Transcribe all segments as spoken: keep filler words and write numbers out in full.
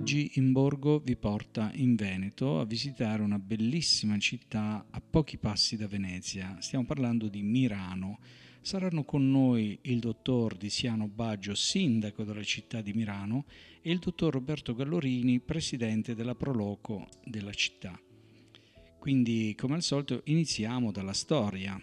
Oggi in Borgo vi porta in Veneto a visitare una bellissima città a pochi passi da Venezia. Stiamo parlando di Mirano. Saranno con noi il dottor Disiano Baggio, sindaco della città di Mirano, e il dottor Roberto Gallorini, presidente della Proloco della città. Quindi, come al solito, iniziamo dalla storia.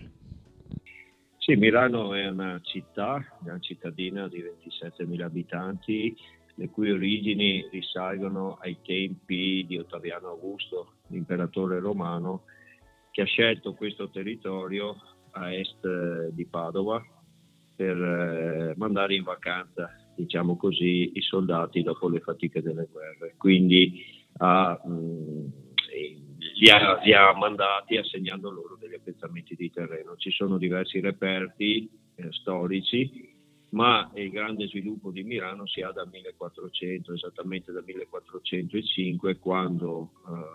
Sì, Milano è una città, una cittadina di ventisettemila abitanti, le cui origini risalgono ai tempi di Ottaviano Augusto, l'imperatore romano, che ha scelto questo territorio a est di Padova per eh, mandare in vacanza, diciamo così, i soldati dopo le fatiche delle guerre. Quindi ha, mh, li, ha, li ha mandati assegnando loro degli appezzamenti di terreno. Ci sono diversi reperti eh, storici, ma il grande sviluppo di Milano si ha dal millequattrocento, esattamente dal millequattrocentocinque, quando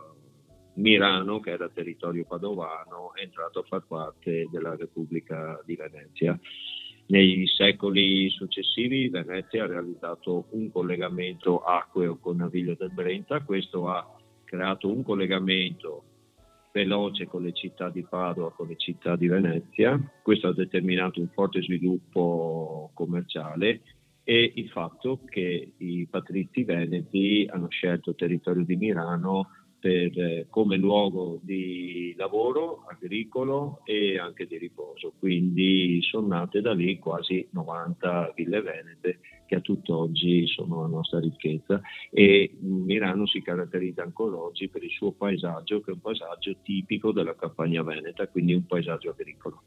eh, Milano, che era territorio padovano, è entrato a far parte della Repubblica di Venezia. Nei secoli successivi Venezia ha realizzato un collegamento acqueo con Naviglio del Brenta. Questo ha creato un collegamento veloce con le città di Padova, con le città di Venezia. Questo ha determinato un forte sviluppo commerciale e il fatto che i patrizi veneti hanno scelto il territorio di Milano per, eh, come luogo di lavoro agricolo e anche di riposo. Quindi sono nate da lì quasi novanta ville venete che a tutt'oggi sono la nostra ricchezza, e Milano si caratterizza ancora oggi per il suo paesaggio, che è un paesaggio tipico della campagna veneta, quindi un paesaggio agricolo.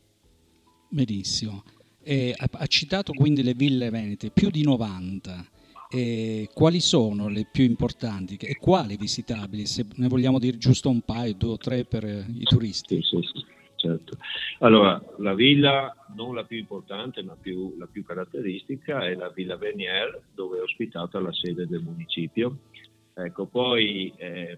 Benissimo. Eh, ha, ha citato quindi le ville venete, più di novanta. E quali sono le più importanti e quali visitabili, se ne vogliamo dire giusto un paio, due o tre per i turisti? Sì, sì, sì, certo. Allora, la villa non la più importante ma più, la più caratteristica è la Villa Venier, dove è ospitata la sede del municipio. Ecco, poi eh,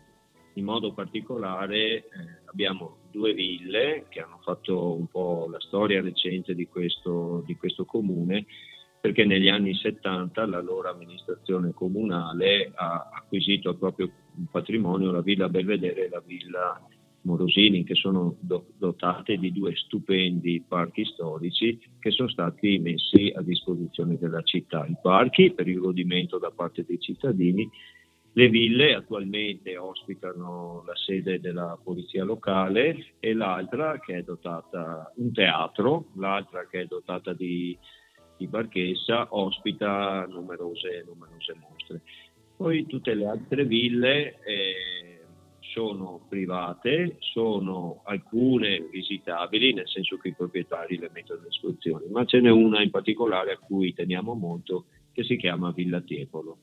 in modo particolare eh, abbiamo due ville che hanno fatto un po' la storia recente di questo, di questo comune, perché negli anni settanta l'allora amministrazione comunale ha acquisito al proprio patrimonio la Villa Belvedere e la Villa Morosini, che sono dotate di due stupendi parchi storici che sono stati messi a disposizione della città. I parchi per il godimento da parte dei cittadini, le ville attualmente ospitano la sede della polizia locale, e l'altra che è dotata, un teatro, l'altra che è dotata di di Barchessa, ospita numerose, numerose mostre. Poi tutte le altre ville eh, sono private, sono alcune visitabili, nel senso che i proprietari le mettono a disposizione, ma ce n'è una in particolare a cui teniamo molto, che si chiama Villa Tiepolo.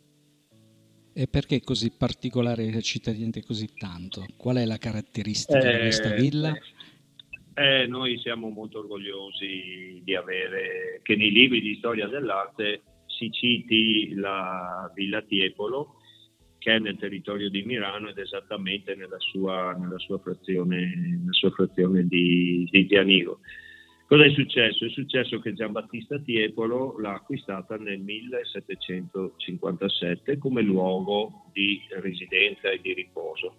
E perché è così particolare, la cittadinanza così tanto? Qual è la caratteristica Eh, di questa villa? Eh, noi siamo molto orgogliosi di avere che nei libri di storia dell'arte si citi la Villa Tiepolo, che è nel territorio di Milano ed esattamente nella sua, nella sua frazione, nella sua frazione di, di Zianigo. Cosa è successo? È successo che Giambattista Tiepolo l'ha acquistata nel millesettecentocinquantasette come luogo di residenza e di riposo,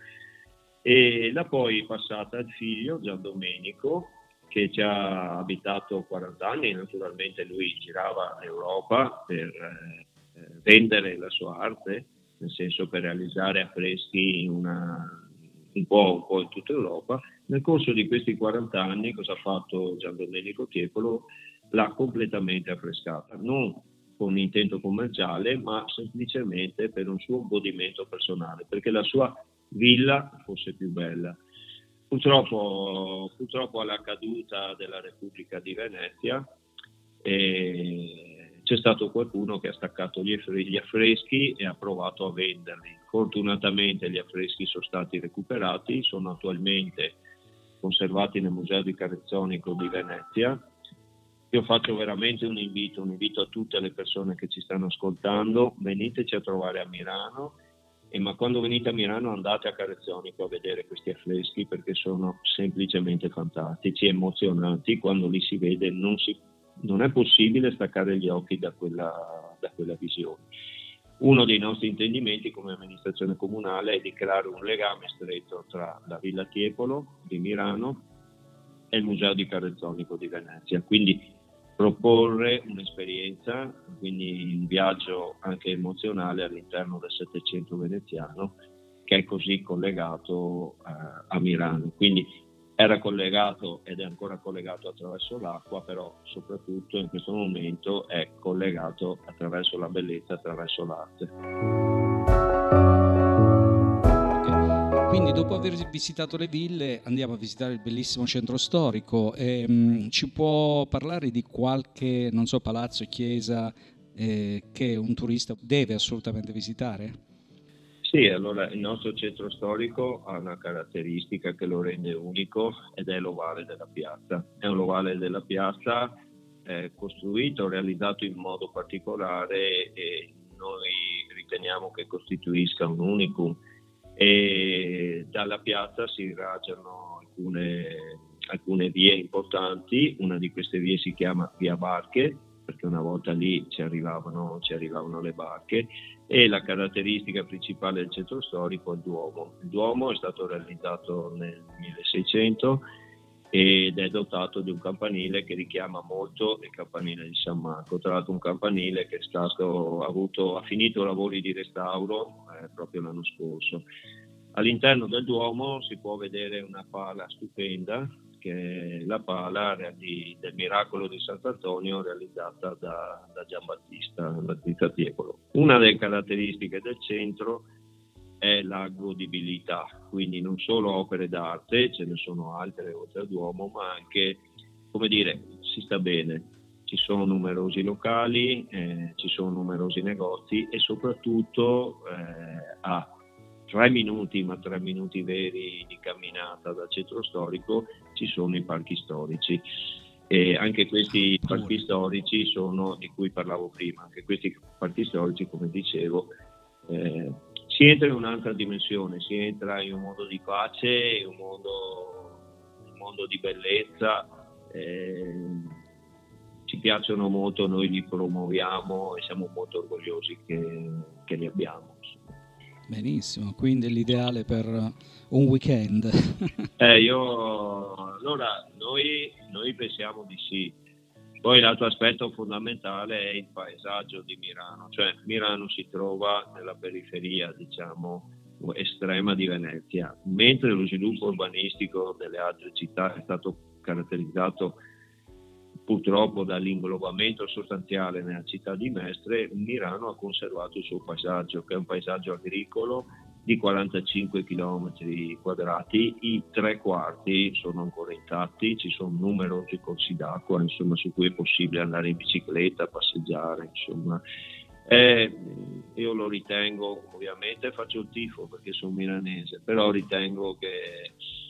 e l'ha poi passata al figlio Gian Domenico, che ci ha abitato quaranta anni. Naturalmente lui girava in Europa per eh, vendere la sua arte, nel senso per realizzare affreschi in una, un, po', un po' in tutta Europa. Nel corso di questi quaranta anni cosa ha fatto Gian Domenico Tiepolo? L'ha completamente affrescata, non con intento commerciale ma semplicemente per un suo godimento personale, perché la sua villa fosse più bella. Purtroppo, purtroppo alla caduta della Repubblica di Venezia eh, c'è stato qualcuno che ha staccato gli, gli affreschi e ha provato a venderli. Fortunatamente gli affreschi sono stati recuperati, sono attualmente conservati nel Museo di Carezzonico di Venezia. Io faccio veramente un invito, un invito a tutte le persone che ci stanno ascoltando: veniteci a trovare a Milano. E ma quando venite a Milano andate a Carezzonico a vedere questi affreschi, perché sono semplicemente fantastici, emozionanti. Quando li si vede non, si, non è possibile staccare gli occhi da quella, da quella visione. Uno dei nostri intendimenti come amministrazione comunale è di creare un legame stretto tra la Villa Tiepolo di Mirano e il Museo di Carrozzonico di Venezia, quindi proporre un'esperienza, quindi un viaggio anche emozionale all'interno del Settecento veneziano, che è così collegato eh, a Mirano. Quindi era collegato ed è ancora collegato attraverso l'acqua, però soprattutto in questo momento è collegato attraverso la bellezza, attraverso l'arte. Okay. Quindi dopo aver visitato le ville andiamo a visitare il bellissimo centro storico. E, mh, ci può parlare di qualche, non so, palazzo, chiesa eh, che un turista deve assolutamente visitare? Sì, allora il nostro centro storico ha una caratteristica che lo rende unico ed è l'ovale della piazza. È un ovale della piazza eh, costruito, realizzato in modo particolare e noi riteniamo che costituisca un unicum. E dalla piazza si irraggiano alcune, alcune vie importanti. Una di queste vie si chiama Via Barche, perché una volta lì ci arrivavano, ci arrivavano le barche, e la caratteristica principale del centro storico è il Duomo. Il Duomo è stato realizzato nel milleseicento ed è dotato di un campanile che richiama molto il campanile di San Marco. Tra l'altro un campanile che è stato, ha, avuto, ha finito lavori di restauro eh, proprio l'anno scorso. All'interno del Duomo si può vedere una pala stupenda, che è la pala di, del miracolo di Sant'Antonio realizzata da, da Giambattista, Battista Tiepolo. Una delle caratteristiche del centro è la godibilità, quindi non solo opere d'arte, ce ne sono altre oltre al Duomo, ma anche, come dire, si sta bene. Ci sono numerosi locali, eh, ci sono numerosi negozi e soprattutto eh, a tre minuti, ma tre minuti veri di camminata dal centro storico ci sono i parchi storici. E anche questi parchi storici sono, di cui parlavo prima, anche questi parchi storici, come dicevo, eh, si entra in un'altra dimensione, si entra in un mondo di pace, in un mondo, un mondo di bellezza. Eh, ci piacciono molto, noi li promuoviamo e siamo molto orgogliosi che, che li abbiamo. Benissimo, quindi è l'ideale per un weekend. eh, io, allora, noi, noi pensiamo di sì. Poi l'altro aspetto fondamentale è il paesaggio di Mirano, cioè Mirano si trova nella periferia, diciamo, estrema di Venezia, mentre lo sviluppo urbanistico delle altre città è stato caratterizzato purtroppo dall'inglobamento sostanziale nella città di Mestre. Mirano ha conservato il suo paesaggio, che è un paesaggio agricolo di quarantacinque chilometri quadrati, i tre quarti sono ancora intatti, ci sono numerosi corsi d'acqua, insomma, su cui è possibile andare in bicicletta, passeggiare, insomma. Eh, io lo ritengo, ovviamente faccio il tifo perché sono milanese, però ritengo che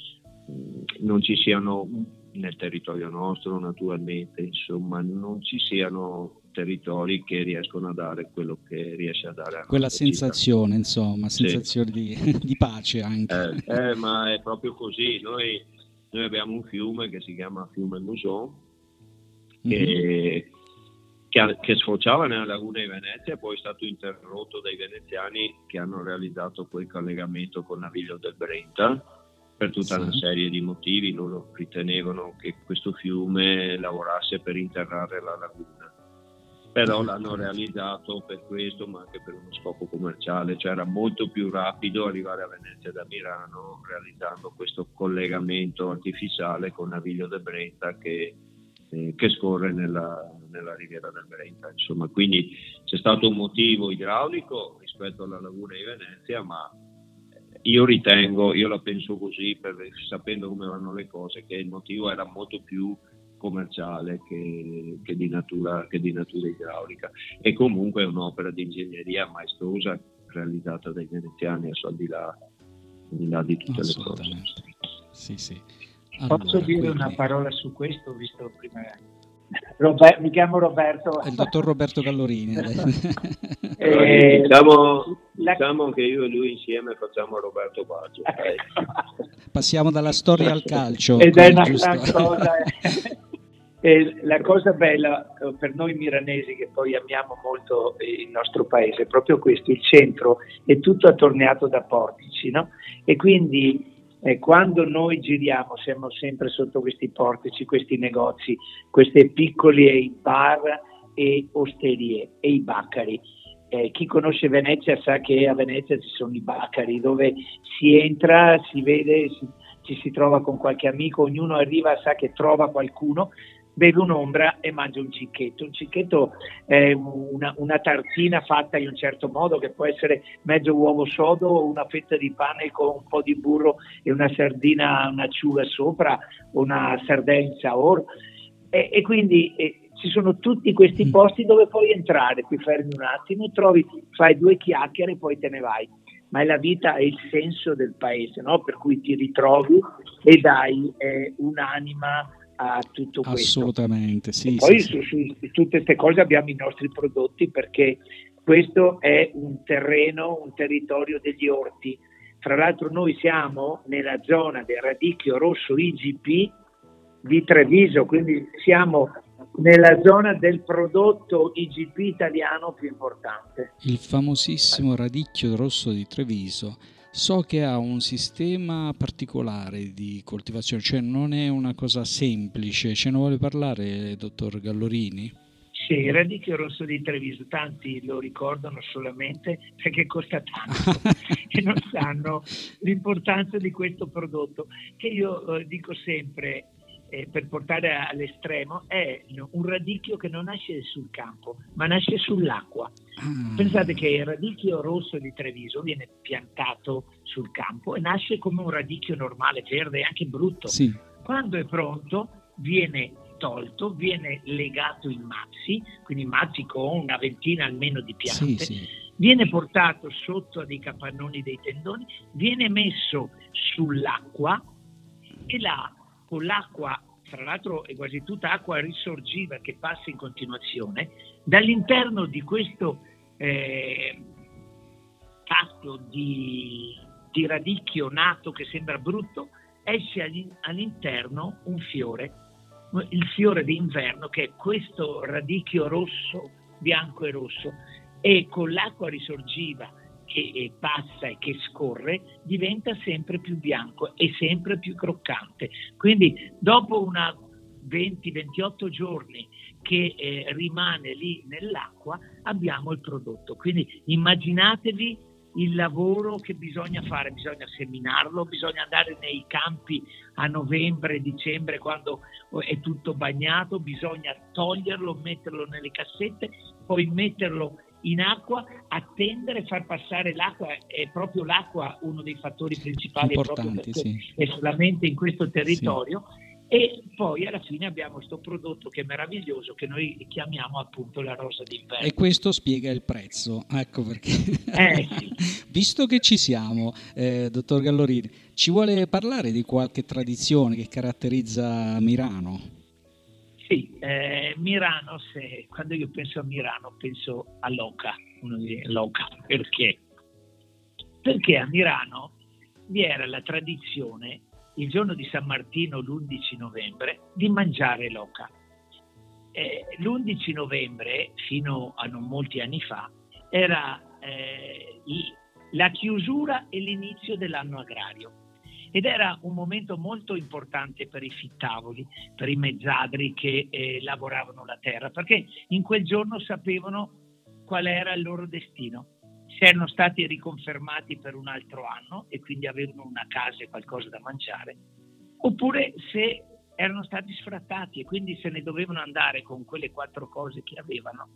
mh, non ci siano, nel territorio nostro naturalmente, insomma, non ci siano territori che riescono a dare quello che riesce a dare a quella sensazione città. Insomma, sensazione sì. di, di pace anche. Eh, eh, ma è proprio così. Noi, noi abbiamo un fiume che si chiama Fiume Muson, che, mm-hmm. che, che sfociava nella laguna di Venezia e poi è stato interrotto dai veneziani che hanno realizzato quel collegamento con Naviglio del Brenta per tutta sì. una serie di motivi. Loro ritenevano che questo fiume lavorasse per interrare la laguna. Però l'hanno realizzato per questo, ma anche per uno scopo commerciale, cioè era molto più rapido arrivare a Venezia da Mirano realizzando questo collegamento artificiale con Naviglio del Brenta che, eh, che scorre nella, nella riviera del Brenta. Insomma, quindi c'è stato un motivo idraulico rispetto alla laguna di Venezia, ma io ritengo, io la penso così, per, sapendo come vanno le cose, che il motivo era molto più commerciale che, che, di natura, che di natura idraulica, e comunque è un'opera di ingegneria maestosa realizzata dai veneziani, adesso al di là, al di, là di tutte le cose. Sì, sì. Allora, posso dire quindi... una parola su questo, visto prima Robert, mi chiamo Roberto. È il dottor Roberto Callorini. eh, diciamo, la... diciamo che io e lui insieme facciamo Roberto Baggio. Passiamo dalla storia al calcio. Ed è una gran cosa. Eh, la cosa bella eh, per noi milanesi, che poi amiamo molto eh, il nostro paese, è proprio questo: il centro è tutto attorniato da portici, no? E quindi eh, quando noi giriamo siamo sempre sotto questi portici, questi negozi, questi piccoli bar e osterie e i baccari. Eh, chi conosce Venezia sa che a Venezia ci sono i baccari dove si entra, si vede, si, ci si trova con qualche amico, ognuno arriva, sa che trova qualcuno, beve un'ombra e mangia un cicchetto. Un cicchetto è una, una tartina fatta in un certo modo, che può essere mezzo uovo sodo o una fetta di pane con un po' di burro e una sardina, un'acciuga sopra, una sardella in saor. E, e quindi e, ci sono tutti questi posti dove puoi entrare, ti fermi un attimo, trovi, fai due chiacchiere e poi te ne vai. Ma è la vita, è il senso del paese, no? Per cui ti ritrovi e dai eh, un'anima a tutto questo. Assolutamente, sì. E poi sì, su, sì. su tutte queste cose abbiamo i nostri prodotti, perché questo è un terreno, un territorio degli orti. Tra l'altro noi siamo nella zona del radicchio rosso I G P di Treviso, quindi siamo nella zona del prodotto I G P italiano più importante. Il famosissimo radicchio rosso di Treviso. So che ha un sistema particolare di coltivazione, cioè non è una cosa semplice. Ce ne vuole parlare, dottor Gallorini? Sì, il radicchio rosso di Treviso, tanti lo ricordano solamente perché costa tanto e non sanno l'importanza di questo prodotto, che io eh, dico sempre, eh, per portare all'estremo, è un radicchio che non nasce sul campo, ma nasce sull'acqua. Ah. Pensate che il radicchio rosso di Treviso viene piantato sul campo e nasce come un radicchio normale, verde, anche brutto. Sì. Quando è pronto viene tolto, viene legato in mazzi, quindi mazzi con una ventina almeno di piante, Sì, sì. viene portato sotto a dei capannoni, dei tendoni, viene messo sull'acqua e là con l'acqua, tra l'altro è quasi tutta acqua risorgiva che passa in continuazione, dall'interno di questo eh, casto di, di radicchio nato che sembra brutto, esce all'interno un fiore, il fiore d'inverno, che è questo radicchio rosso, bianco e rosso, e con l'acqua risorgiva che passa e che scorre diventa sempre più bianco e sempre più croccante. Quindi dopo una venti ventotto giorni che eh, rimane lì nell'acqua abbiamo il prodotto. Quindi immaginatevi il lavoro che bisogna fare: bisogna seminarlo, bisogna andare nei campi a novembre, dicembre, quando è tutto bagnato, bisogna toglierlo, metterlo nelle cassette, poi metterlo in acqua, attendere, far passare l'acqua. È proprio l'acqua uno dei fattori principali, importanti, proprio sì. È solamente in questo territorio. Sì. E poi alla fine abbiamo questo prodotto che è meraviglioso, che noi chiamiamo appunto la rosa d'inverno. E questo spiega il prezzo, ecco perché. Eh, sì. Visto che ci siamo, eh, dottor Gallorini, ci vuole parlare di qualche tradizione che caratterizza Mirano? Sì, eh, Mirano, se, quando io penso a Mirano penso a Loca, uno dice Loca, perché? Perché a Mirano vi era la tradizione, il giorno di San Martino, l'undici novembre, di mangiare l'oca. Eh, l'undici novembre, fino a non molti anni fa, era eh, la chiusura e l'inizio dell'anno agrario. Ed era un momento molto importante per i fittavoli, per i mezzadri che eh, lavoravano la terra, perché in quel giorno sapevano qual era il loro destino. Se erano stati riconfermati per un altro anno e quindi avevano una casa e qualcosa da mangiare, oppure se erano stati sfrattati e quindi se ne dovevano andare con quelle quattro cose che avevano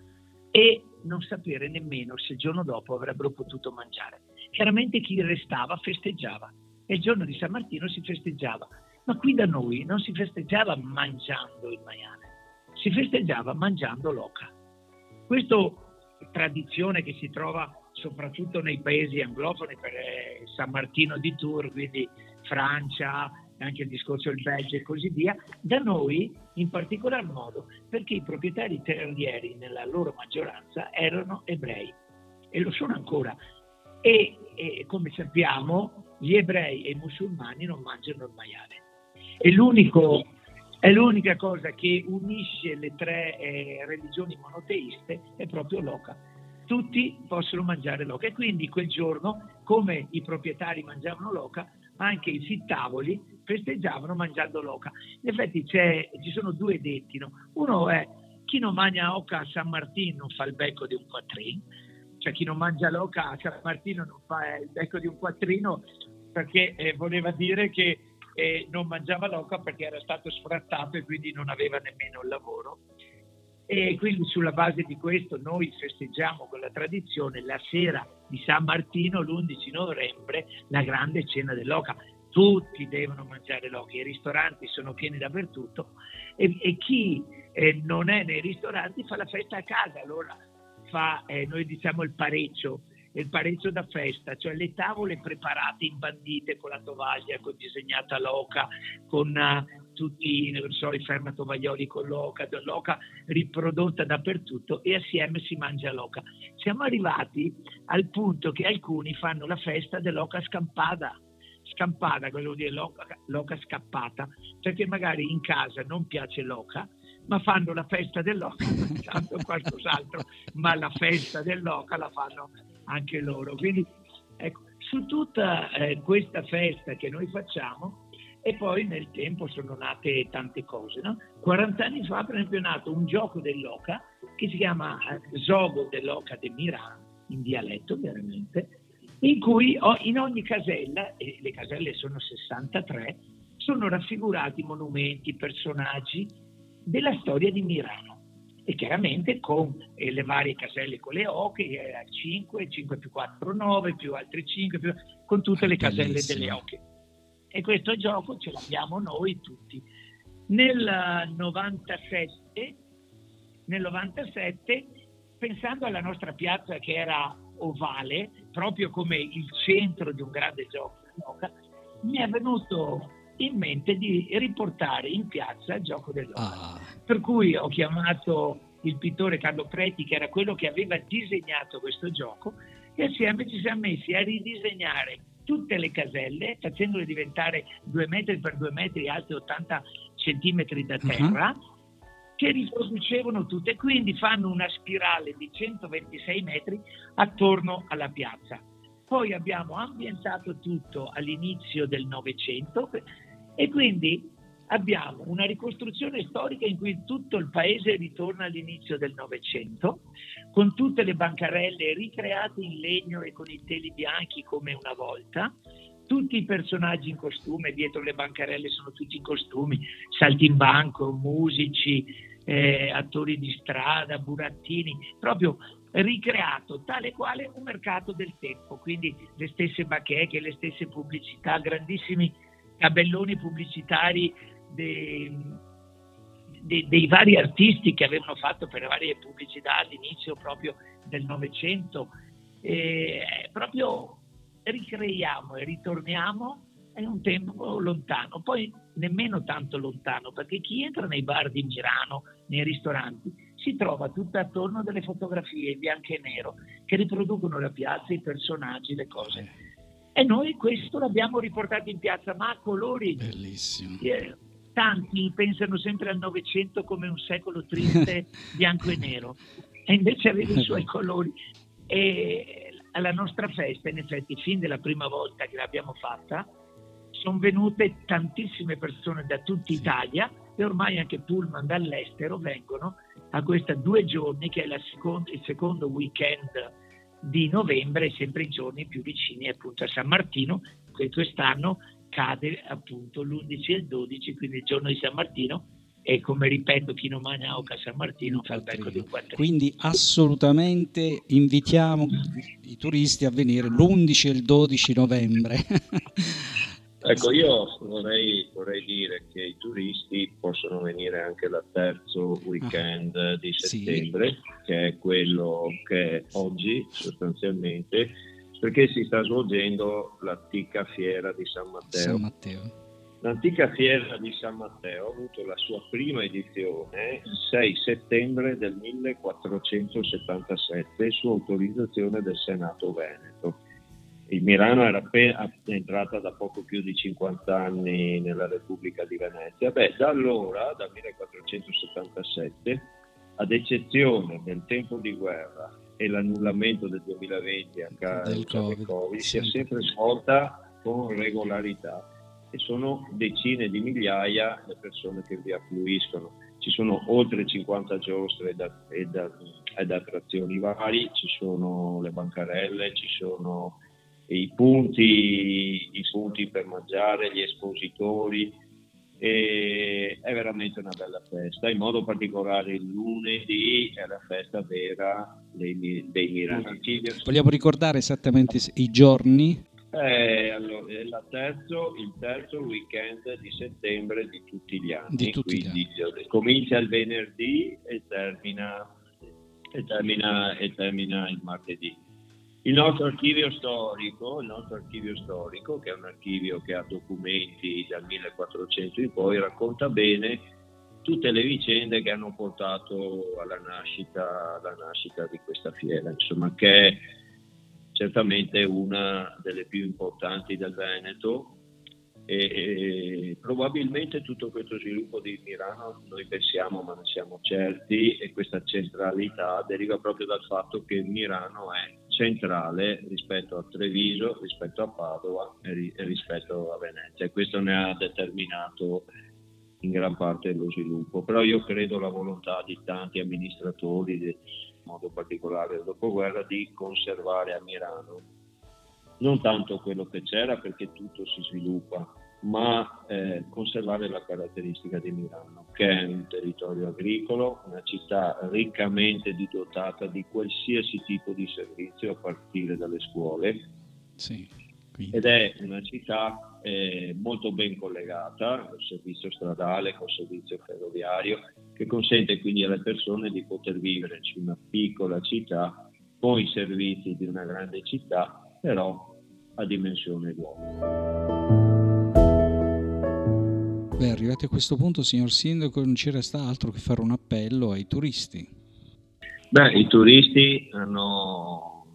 e non sapere nemmeno se il giorno dopo avrebbero potuto mangiare. Chiaramente chi restava festeggiava. E il giorno di San Martino si festeggiava, ma qui da noi non si festeggiava mangiando il maiale, si festeggiava mangiando l'oca. Questa tradizione che si trova soprattutto nei paesi anglofoni, per San Martino di Tours, quindi Francia, anche il discorso del Belgio e così via, da noi in particolar modo perché i proprietari terrieri nella loro maggioranza erano ebrei e lo sono ancora. E, e come sappiamo gli ebrei e i musulmani non mangiano il maiale. E l'unico, È l'unica cosa che unisce le tre eh, religioni monoteiste, è proprio l'oca. Tutti possono mangiare l'oca e quindi quel giorno, come i proprietari mangiavano l'oca, anche i sittavoli festeggiavano mangiando l'oca. In effetti c'è, ci sono due detti, no? Uno è: chi non mangia oca a San Martino non fa il becco di un quattrino, cioè chi non mangia l'oca a San Martino non fa il becco di un quattrino, perché eh, voleva dire che eh, non mangiava l'oca perché era stato sfrattato e quindi non aveva nemmeno il lavoro. E quindi sulla base di questo noi festeggiamo con la tradizione la sera di San Martino, l'undici novembre, la grande cena dell'oca. Tutti devono mangiare l'oca, i ristoranti sono pieni dappertutto e, e chi eh, non è nei ristoranti fa la festa a casa, allora fa, eh, noi diciamo il pareccio, il pareccio da festa, cioè le tavole preparate, imbandite con la tovaglia, con disegnata l'oca, con uh, tutti non so, i fermatovaglioli con l'oca, l'oca riprodotta dappertutto e assieme si mangia l'oca. Siamo arrivati al punto che alcuni fanno la festa dell'oca scampada, scampada, quello vuol dire l'oca, l'oca scappata, perché magari in casa non piace l'oca, ma fanno la festa dell'oca mangiando qualcos'altro, ma la festa dell'oca la fanno anche loro. Quindi ecco, su tutta eh, questa festa che noi facciamo, e poi nel tempo sono nate tante cose, no? quaranta anni fa per esempio è nato un gioco dell'oca che si chiama eh, Zogo dell'oca de Mirano, in dialetto veramente, in cui in ogni casella, e le caselle sono sessantatré, sono raffigurati monumenti, personaggi della storia di Mirano. E chiaramente con eh, le varie caselle con le oche, eh, cinque, cinque più quattro, nove, più altri cinque, più, con tutte le caselle Bellissimo. delle oche. E questo gioco ce l'abbiamo noi tutti. Nel novantasette, nel novantasette, pensando alla nostra piazza che era ovale, proprio come il centro di un grande gioco dell'oca, mi è venuto in mente di riportare in piazza il gioco dell'oca. Ah. Per cui ho chiamato il pittore Carlo Preti, che era quello che aveva disegnato questo gioco, e assieme ci siamo messi a ridisegnare tutte le caselle, facendole diventare due metri per due metri, alte ottanta centimetri da terra, uh-huh. che riproducevano tutte, quindi fanno una spirale di centoventisei metri attorno alla piazza. Poi abbiamo ambientato tutto all'inizio del Novecento e quindi abbiamo una ricostruzione storica in cui tutto il paese ritorna all'inizio del Novecento, con tutte le bancarelle ricreate in legno e con i teli bianchi come una volta, tutti i personaggi in costume, dietro le bancarelle sono tutti in costumi, saltimbanco, musici, eh, attori di strada, burattini, proprio ricreato tale quale un mercato del tempo, quindi le stesse bacheche, le stesse pubblicità, grandissimi tabelloni pubblicitari dei, dei, dei vari artisti che avevano fatto per le varie pubblicità all'inizio proprio del Novecento. E proprio ricreiamo e ritorniamo in un tempo lontano, poi nemmeno tanto lontano, perché chi entra nei bar di Mirano, nei ristoranti, si trova tutto attorno delle fotografie bianco e nero che riproducono la piazza, i personaggi, le cose. E noi questo l'abbiamo riportato in piazza, ma a colori. Bellissimo. Eh, tanti pensano sempre al Novecento come un secolo triste, bianco e nero, e invece aveva i suoi colori. E alla nostra festa, in effetti, fin dalla prima volta che l'abbiamo fatta, sono venute tantissime persone da tutta Italia e ormai anche pullman dall'estero vengono a questa due giorni che è la seconda, il secondo weekend di novembre, sempre i giorni più vicini appunto a San Martino, che quest'anno cade appunto l'undici e il dodici, quindi il giorno di San Martino, e come ripeto, chi non mangia oca a San Martino fa il becco di un quattrino. Quindi assolutamente invitiamo i turisti a venire l'undici e il dodici novembre. Ecco, io vorrei, vorrei dire che i turisti possono venire anche dal terzo weekend ah, di settembre, sì. che è quello che è oggi sostanzialmente, perché si sta svolgendo l'antica fiera di San Matteo. San Matteo. L'antica fiera di San Matteo ha avuto la sua prima edizione il sei settembre del millequattrocentosettantasette su autorizzazione del Senato Veneto. Il Mirano era appena entrata da poco più di cinquanta anni nella Repubblica di Venezia. Beh, da allora, dal millequattrocentosettantasette, ad eccezione del tempo di guerra e l'annullamento del duemilaventi a causa del Covid, COVID si è sempre svolta con regolarità e sono decine di migliaia le persone che vi affluiscono. Ci sono oltre cinquanta giostre ed, ed, ed attrazioni vari, ci sono le bancarelle, ci sono i punti, i punti per mangiare, gli espositori, e è veramente una bella festa. In modo particolare il lunedì è la festa vera dei, dei Mirani. Vogliamo ricordare esattamente i giorni? Eh, allora, è la terzo, il terzo weekend di settembre di tutti gli anni, di tutti quindi gli anni. Comincia il venerdì e termina, e termina, e termina il martedì. Il nostro archivio storico, il nostro archivio storico, che è un archivio che ha documenti dal millequattrocento in poi, racconta bene tutte le vicende che hanno portato alla nascita, alla nascita di questa fiera, insomma, che è certamente una delle più importanti del Veneto. E, e probabilmente tutto questo sviluppo di Mirano, noi pensiamo ma non siamo certi, e questa centralità deriva proprio dal fatto che Mirano è centrale rispetto a Treviso, rispetto a Padova e, e rispetto a Venezia, e questo ne ha determinato in gran parte lo sviluppo. Però io credo la volontà di tanti amministratori, in modo particolare del dopoguerra, di conservare a Mirano non tanto quello che c'era, perché tutto si sviluppa, ma eh, conservare la caratteristica di Mirano, che è un territorio agricolo, una città riccamente dotata di qualsiasi tipo di servizio a partire dalle scuole. Sì, ed è una città eh, molto ben collegata col servizio stradale, col servizio ferroviario, che consente quindi alle persone di poter vivere in una piccola città con i servizi di una grande città, però a dimensione d'uomo. Beh, arrivati a questo punto, signor Sindaco, non ci resta altro che fare un appello ai turisti. Beh, i turisti hanno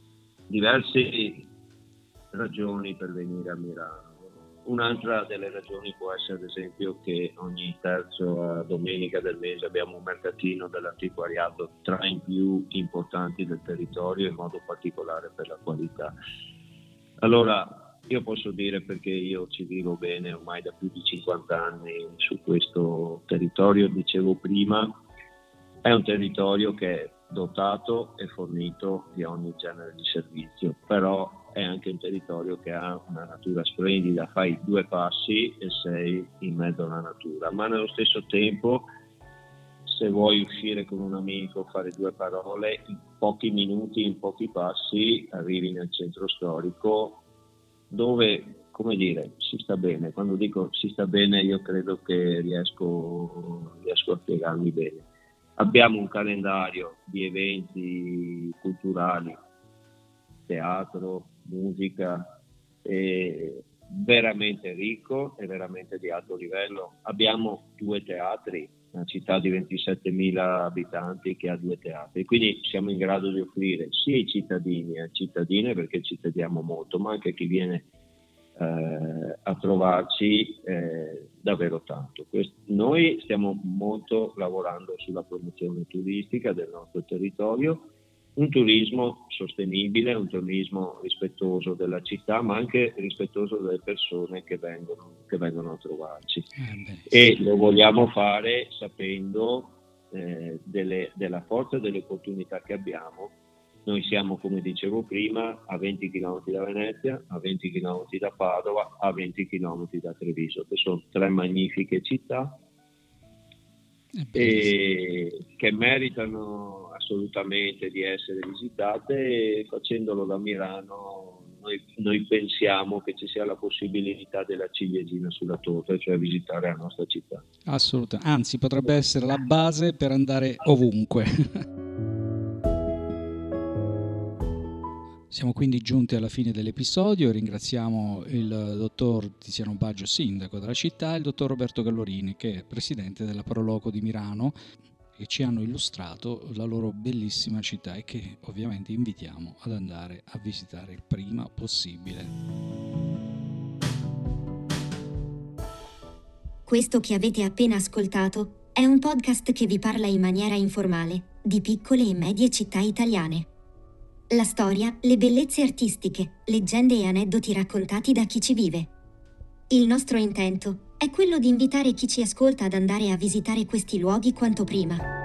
diverse ragioni per venire a Mirano. Un'altra delle ragioni può essere, ad esempio, che ogni terza domenica del mese abbiamo un mercatino dell'antiquariato tra i più importanti del territorio, in modo particolare per la qualità. Allora, io posso dire, perché io ci vivo bene ormai da più di cinquanta anni su questo territorio, dicevo prima, è un territorio che è dotato e fornito di ogni genere di servizio, però è anche un territorio che ha una natura splendida. Fai due passi e sei in mezzo alla natura, ma nello stesso tempo, se vuoi uscire con un amico, fare due parole, in pochi minuti, in pochi passi arrivi nel centro storico, dove, come dire, si sta bene. Quando dico si sta bene, io credo che riesco, riesco a spiegarmi bene. Abbiamo un calendario di eventi culturali, teatro, musica, eh, veramente ricco e veramente di alto livello. Abbiamo due teatri, una città di ventisettemila abitanti che ha due teatri, quindi siamo in grado di offrire sia ai cittadini e alle cittadine, perché ci tediamo molto, ma anche a chi viene eh, a trovarci eh, davvero tanto. Questo, noi stiamo molto lavorando sulla promozione turistica del nostro territorio, un turismo sostenibile, un turismo rispettoso della città, ma anche rispettoso delle persone che vengono, che vengono a trovarci. Eh beh, e sì. Lo vogliamo fare sapendo eh, delle, della forza e delle opportunità che abbiamo. Noi siamo, come dicevo prima, a venti chilometri da Venezia, a venti chilometri da Padova, a venti chilometri da Treviso, che sono tre magnifiche città e che meritano assolutamente di essere visitate, e facendolo da Mirano noi, noi pensiamo che ci sia la possibilità della ciliegina sulla torta, cioè visitare la nostra città. Assolutamente, anzi potrebbe essere la base per andare ovunque. Siamo quindi giunti alla fine dell'episodio. Ringraziamo il dottor Tiziano Baggio, sindaco della città, e il dottor Roberto Gallorini, che è presidente della Proloco di Mirano. che ci hanno illustrato la loro bellissima città e che ovviamente invitiamo ad andare a visitare il prima possibile. Questo che avete appena ascoltato è un podcast che vi parla in maniera informale di piccole e medie città italiane. La storia, le bellezze artistiche, leggende e aneddoti raccontati da chi ci vive. Il nostro intento è quello di invitare chi ci ascolta ad andare a visitare questi luoghi quanto prima.